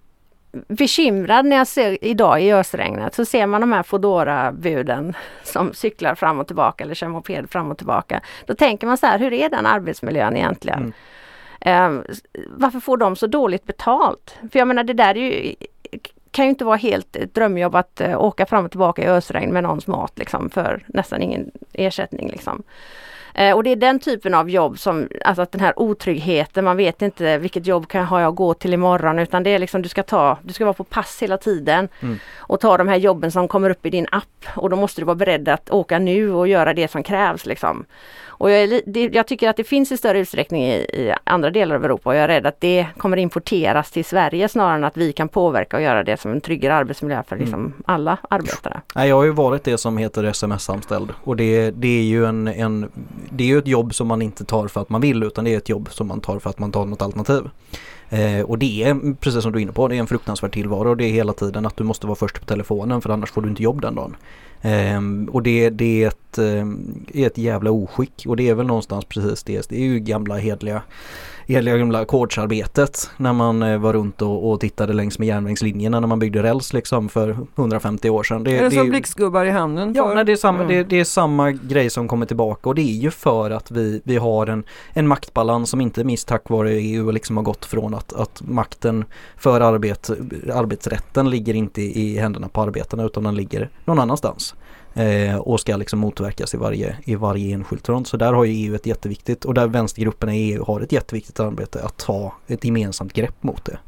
bekymrad när jag ser idag i ösregnet, så ser man de här Foodora-buden som cyklar fram och tillbaka eller kör moped fram och tillbaka. Då tänker man så här, hur är den arbetsmiljön egentligen? Mm. Um, varför får de så dåligt betalt? För jag menar, det där är ju, kan ju inte vara helt ett drömjobb att uh, åka fram och tillbaka i ösregn med någons mat liksom, för nästan ingen ersättning liksom. Uh, och det är den typen av jobb som, alltså att den här otryggheten, man vet inte vilket jobb kan har jag gå till imorgon, utan det är liksom du ska ta, du ska vara på pass hela tiden mm. och ta de här jobben som kommer upp i din app, och då måste du vara beredd att åka nu och göra det som krävs liksom. Och jag, är, det, jag tycker att det finns i större utsträckning i, i andra delar av Europa, och jag är rädd att det kommer importeras till Sverige snarare än att vi kan påverka och göra det som en tryggare arbetsmiljö för liksom mm. alla arbetare. Jag har ju varit det som heter S M S-anställd, och det, det är ju en, en, det är ju ett jobb som man inte tar för att man vill, utan det är ett jobb som man tar för att man tar något alternativ. Eh, och det är, precis som du är inne på, det är en fruktansvärd tillvaro, och det är hela tiden att du måste vara först på telefonen, för annars får du inte jobb den dagen. Um, och det, det är, ett, um, är ett jävla oskick, och det är väl någonstans precis det. Det är ju gamla hedliga, hedliga gamla ackordsarbetet när man uh, var runt och, och tittade längs med järnvägslinjerna när man byggde räls liksom för hundrafemtio år sedan. Det, är det, det som blixtgubbar i hamnen? Ja, nej, det, är samma, mm. det, det är samma grej som kommer tillbaka, och det är ju för att vi, vi har en, en maktbalans som inte minst tack vare E U liksom har gått från att, att makten för arbet, arbetsrätten ligger inte i händerna på arbetarna, utan den ligger någon annanstans. Eh, och ska liksom motverkas i varje, i varje enskild front. Så där har ju E U ett jätteviktigt, och där vänstergrupperna i E U har ett jätteviktigt arbete att ta ett gemensamt grepp mot det.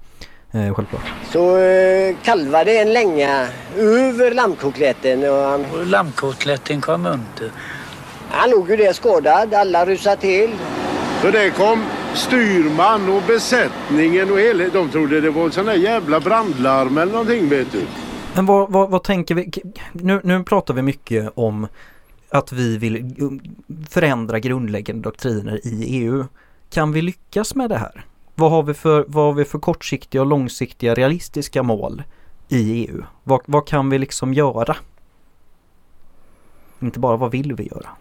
eh, självklart. Så eh, kalvade en länga över lammkotletten och han... Och lammkotletten kom under. Han låg ju där skadad, alla rusade till. Så det kom styrman och besättningen och hela, de trodde det var en sån där jävla brandlarm eller någonting, vet du. Men vad, vad, vad tänker vi? Nu, nu pratar vi mycket om att vi vill förändra grundläggande doktriner i E U. Kan vi lyckas med det här? Vad har vi för, vad har vi för kortsiktiga och långsiktiga realistiska mål i E U? Vad, vad kan vi liksom göra? Inte bara vad vill vi göra?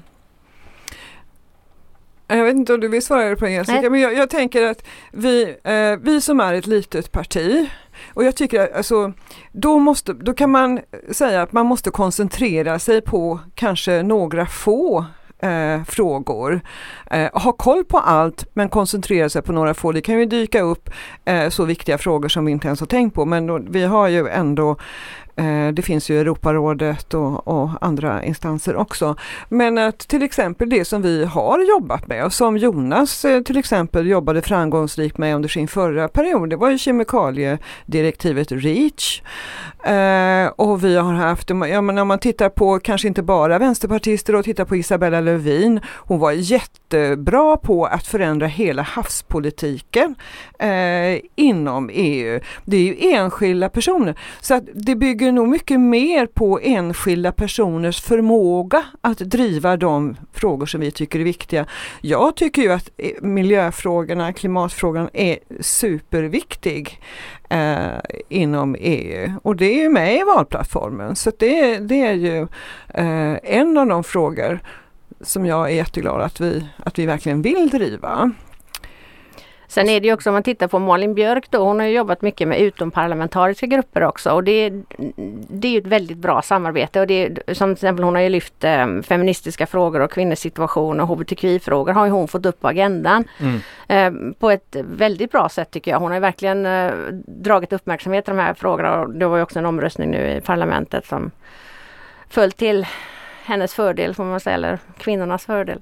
Jag vet inte om du vill svara på det, Jessica, men jag, jag tänker att vi, eh, vi som är ett litet parti, och jag tycker att alltså, då, måste, då kan man säga att man måste koncentrera sig på kanske några få Eh, frågor. Eh, ha koll på allt men koncentrera sig på några få. Det kan ju dyka upp eh, så viktiga frågor som vi inte ens har tänkt på, men då, vi har ju ändå eh, det finns ju Europarådet och, och andra instanser också. Men att till exempel det som vi har jobbat med och som Jonas eh, till exempel jobbade framgångsrikt med under sin förra period, det var ju kemikaliedirektivet REACH. Eh, och vi har haft, ja, men om man tittar på kanske inte bara vänsterpartister och tittar på Isabella Lövin, hon var jättebra på att förändra hela havspolitiken eh, inom E U. Det är ju enskilda personer, så att det bygger nog mycket mer på enskilda personers förmåga att driva de frågor som vi tycker är viktiga. Jag tycker ju att miljöfrågorna, klimatfrågan är superviktig Eh, inom E U, och det är ju med i valplattformen, så det, det är ju eh, en av de frågor som jag är jätteglad att vi, att vi verkligen vill driva. Sen är det ju också, om man tittar på Malin Björk då, hon har ju jobbat mycket med utomparlamentariska grupper också, och det, det är ju ett väldigt bra samarbete, och det, som till exempel hon har ju lyft eh, feministiska frågor och kvinnors situation och H B T Q I-frågor har ju hon fått upp på agendan mm. eh, på ett väldigt bra sätt tycker jag. Hon har ju verkligen eh, dragit uppmärksamhet till de här frågorna, och det var ju också en omröstning nu i parlamentet som föll till hennes fördel, får man säga, eller kvinnornas fördel.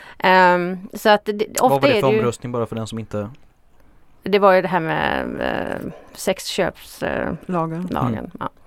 Um, så att det, ofta vad var det för är det omröstning, bara för den som inte... Det var ju det här med uh, sexköpslagen. Uh, lagen, mm. ja.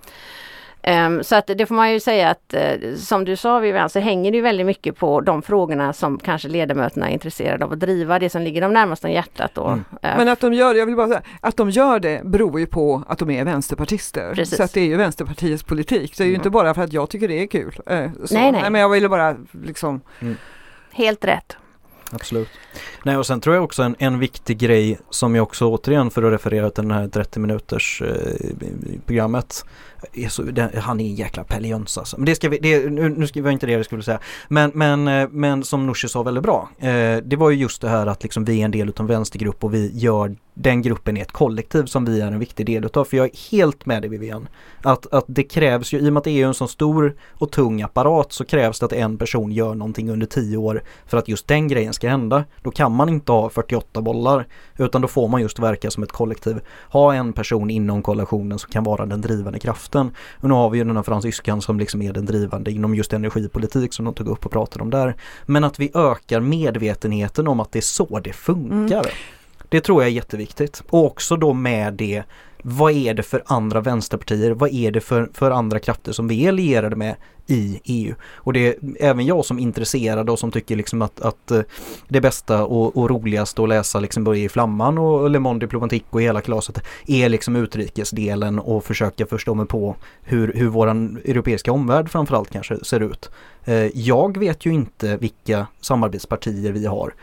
Um, så att det får man ju säga att uh, som du sa, Vivian, så hänger det ju väldigt mycket på de frågorna som kanske ledamöterna är intresserade av att driva, det som ligger dem närmast om hjärtat då. Mm. Uh, Men att de gör det, jag vill bara säga, att de gör det beror ju på att de är vänsterpartister. Precis. Så att det är ju Vänsterpartiets politik. Så det är ju mm. inte bara för att jag tycker det är kul. Uh, så. Nej, nej. Men jag ville bara liksom... Mm. Helt rätt. Absolut. Nej, och sen tror jag också en, en viktig grej som jag också återigen, för att referera till den här trettio minuters eh, programmet, är så, det, han är en jäkla peljöns alltså. Men det ska vi, det, nu, nu ska vi inte det jag skulle säga. Men, men, men som Nooshi sa väldigt bra, eh, det var ju just det här att liksom vi är en del av en vänstergrupp och vi gör den gruppen i ett kollektiv som vi är en viktig del utav. För jag är helt med dig, Vivian. Att, att det krävs ju, i och med att E U är en så stor och tung apparat, så krävs det att en person gör någonting under tio år för att just den grejen ska hända. Då kan man inte ha fyrtioåtta bollar, utan då får man just verka som ett kollektiv. Ha en person inom koalitionen som kan vara den drivande kraften. Och nu har vi ju den här fransyskan som liksom är den drivande inom just energipolitik som de tog upp och pratade om där. Men att vi ökar medvetenheten om att det är så det funkar. Mm. Det tror jag är jätteviktigt. Och också då med det, vad är det för andra vänsterpartier? Vad är det för, för andra krafter som vi är lierade med i E U? Och det är även jag som är intresserad och som tycker liksom att, att det bästa och, och roligaste att läsa liksom Börje i Flamman och Le Monde Diplomatique och hela klaset är liksom utrikesdelen och försöka förstå mig på hur, hur våran europeiska omvärld framförallt kanske ser ut. Jag vet ju inte vilka samarbetspartier vi har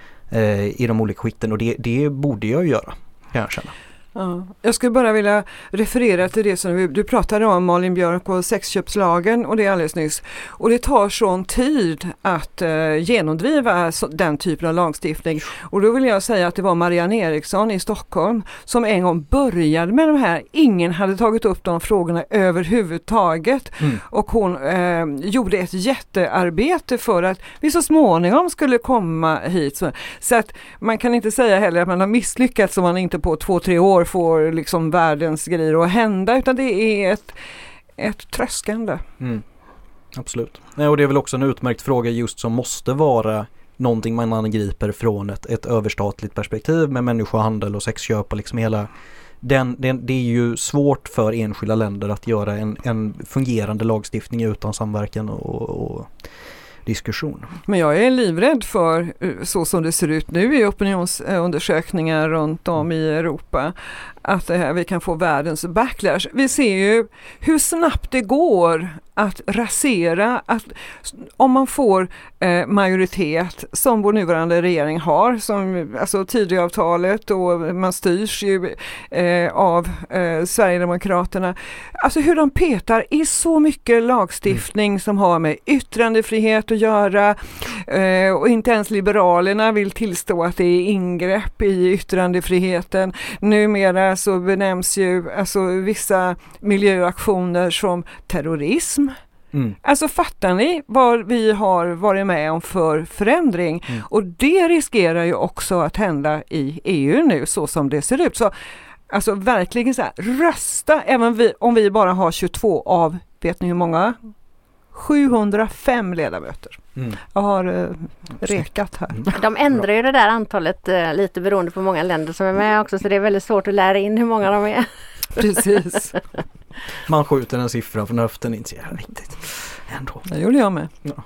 i de olika skikten, och det, det borde jag ju göra, kan jag känna. Ja. Jag skulle bara vilja referera till det som du, du pratade om, Malin Björk och sexköpslagen, och det är alldeles nyss. Och det tar sån tid att eh, genomdriva så, den typen av lagstiftning. Och då vill jag säga att det var Marianne Eriksson i Stockholm som en gång började med de här. Ingen hade tagit upp de frågorna överhuvudtaget. Mm. Och hon eh, gjorde ett jättearbete för att vi så småningom skulle komma hit. Så, så att man kan inte säga heller att man har misslyckats om man inte på två, tre år får liksom världens grejer att hända, utan det är ett, ett tröskande. Mm. Absolut. Ja, och det är väl också en utmärkt fråga just som måste vara någonting man angriper från ett, ett överstatligt perspektiv med människohandel och sexköp och liksom hela, den, den, det är ju svårt för enskilda länder att göra en, en fungerande lagstiftning utan samverkan och, och diskussion. Men jag är livrädd för, så som det ser ut nu i opinionsundersökningar runt om i Europa, att vi kan få världens backlash. Vi ser ju hur snabbt det går att rasera, att om man får eh, majoritet som vår nuvarande regering har, som alltså Tidöavtalet, och man styrs ju eh, av eh, Sverigedemokraterna, alltså hur de petar i så mycket lagstiftning mm. som har med yttrandefrihet att göra, eh, och inte ens liberalerna vill tillstå att det är ingrepp i yttrandefriheten. Numera så benämns ju alltså vissa miljöaktioner som terrorism. Mm. Alltså fattar ni vad vi har varit med om för förändring? Mm. Och det riskerar ju också att hända i E U nu så som det ser ut. Så alltså verkligen så här, rösta även vi, om vi bara har tjugotvå av, vet ni hur många? sjuhundrafem ledamöter. Mm. Jag har eh, rekat här. Mm. De ändrar ju det där antalet eh, lite beroende på många länder som är med också, så det är väldigt svårt att lära in hur många de är. Precis. Man skjuter en siffra från höften, inte så jävla riktigt. Ändå. Det gjorde jag med. Ja.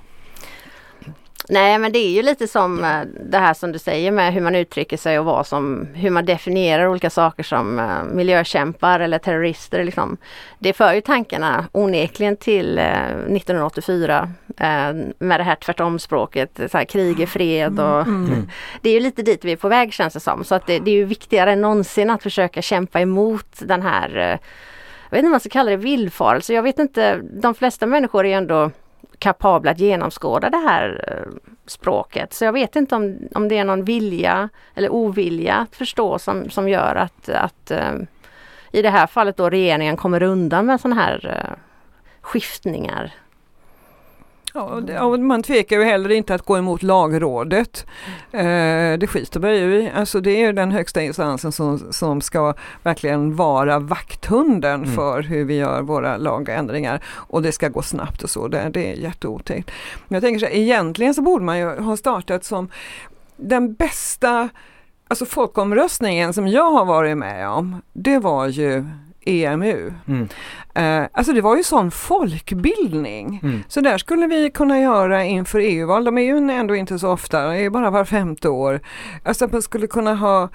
Nej, men det är ju lite som det här som du säger med hur man uttrycker sig och vad som, hur man definierar olika saker som uh, miljökämpar eller terrorister. Liksom. Det för ju tankarna onekligen till uh, nittonhundraåttiofyra uh, med det här tvärtomspråket, så här, krig är fred. Och mm. Det är ju lite dit vi är på väg, känns det som. Så att det, det är ju viktigare än någonsin att försöka kämpa emot den här, uh, jag vet inte vad man ska kalla det, villfarelse. Jag vet inte, de flesta människor är ju ändå kapabla att genomskåda det här eh, språket. Så jag vet inte om, om det är någon vilja eller ovilja att förstå som, som gör att, att eh, i det här fallet då regeringen kommer undan med sådana här eh, skiftningar. Ja, och det, och man tvekar ju heller inte att gå emot lagrådet. Eh, det skiter man ju i. Alltså det är ju den högsta instansen som, som ska verkligen vara vakthunden mm. för hur vi gör våra lagändringar. Och det ska gå snabbt och så. Det, det är jätteotäckt. Men jag tänker så här, egentligen så borde man ju ha startat som den bästa, alltså folkomröstningen som jag har varit med om, det var ju E M U. Mm. Uh, alltså det var ju sån folkbildning. Mm. Så där skulle vi kunna göra inför E U-val. De är ju ändå inte så ofta, det är bara var femte år. Alltså att man skulle kunna ha uh,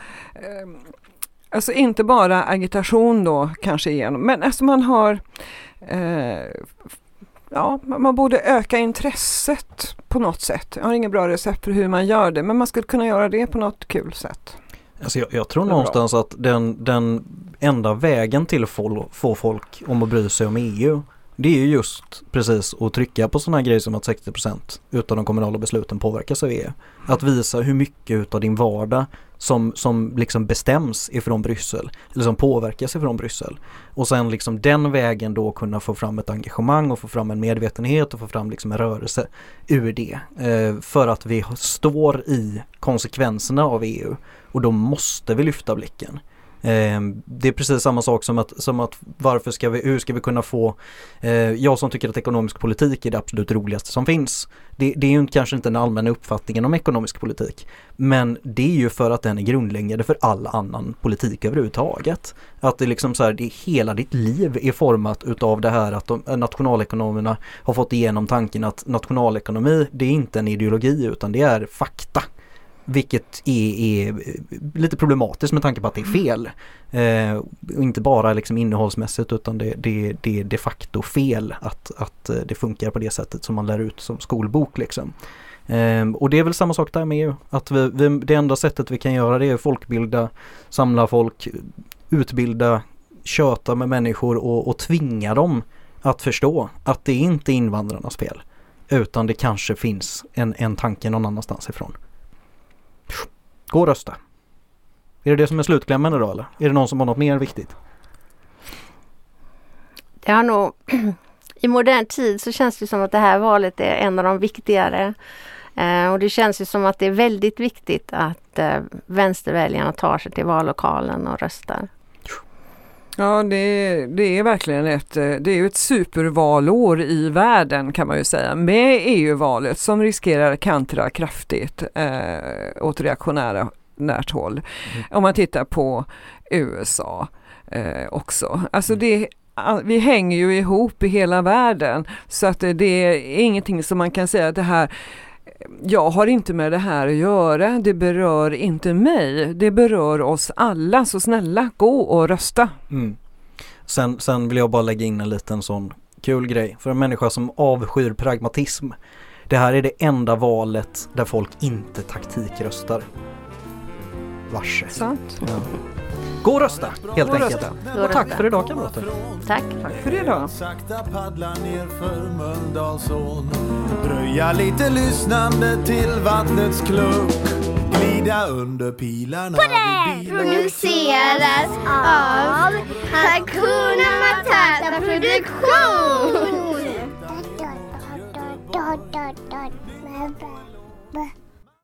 alltså inte bara agitation då kanske igenom, men alltså man har uh, ja, man borde öka intresset på något sätt. Jag har ingen bra recept för hur man gör det, men man skulle kunna göra det på något kul sätt. Alltså jag, jag tror någonstans bra. att den, den enda vägen till att få, få folk om att bry sig om E U, det är ju just precis att trycka på sådana här grejer som att sextio procent utav de kommunala besluten påverkas av E U. Att visa hur mycket utav din vardag som, som liksom bestäms ifrån Bryssel, eller som påverkas ifrån Bryssel. Och sen liksom den vägen då kunna få fram ett engagemang och få fram en medvetenhet och få fram liksom en rörelse ur det. Eh, för att vi står i konsekvenserna av E U. Och då måste vi lyfta blicken. Eh, det är precis samma sak som att, som att varför ska vi, hur ska vi kunna få eh, jag som tycker att ekonomisk politik är det absolut roligaste som finns. Det, det är ju kanske inte den allmänna uppfattningen om ekonomisk politik, men det är ju för att den är grundläggande för all annan politik överhuvudtaget. Att det liksom så här, det är hela ditt liv är format utav det här att de, nationalekonomerna har fått igenom tanken att nationalekonomi, det är inte en ideologi utan det är fakta. Vilket är, är lite problematiskt med tanke på att det är fel. Eh, och inte bara liksom innehållsmässigt utan det, det, det är de facto fel att, att det funkar på det sättet som man lär ut som skolbok. Liksom. Eh, och det är väl samma sak där med ju. Att vi, vi, det enda sättet vi kan göra det är folkbilda, samla folk, utbilda, köta med människor och, och tvinga dem att förstå att det är inte invandrarnas fel. Utan det kanske finns en, en tanke någon annanstans ifrån. Gå och rösta. Är det det som är slutklämmen idag eller? Är det någon som har något mer viktigt? Det har nog i modern tid så känns det som att det här valet är en av de viktigare. Eh, och det känns ju som att det är väldigt viktigt att eh, vänsterväljarna tar sig till vallokalen och röstar. Ja, det, det är verkligen ett, det är ju ett supervalår i världen kan man ju säga, med E U-valet som riskerar kantra kraftigt eh, åt reaktionära närt håll. Mm. Om man tittar på U S A. eh, också. Alltså det, vi hänger ju ihop i hela världen, så att det, det är ingenting som man kan säga att det här, jag har inte med det här att göra, det berör inte mig, det berör oss alla, så snälla gå och rösta. Mm. Sen, sen vill jag bara lägga in en liten sån kul grej för en människa som avskyr pragmatism. Det här är det enda valet där folk inte taktikröstar. Varse. Sant. Ja. Gå och rösta, helt Gå och enkelt. rösta. Och tack för idag, kamrater. Tack. Tack för det då. Sakta paddla ner för Mölndalsån. Dröja lite lyssnande till vattnets klunk. Glida under pilarna. Produceras av Hakuna Matata Produktion.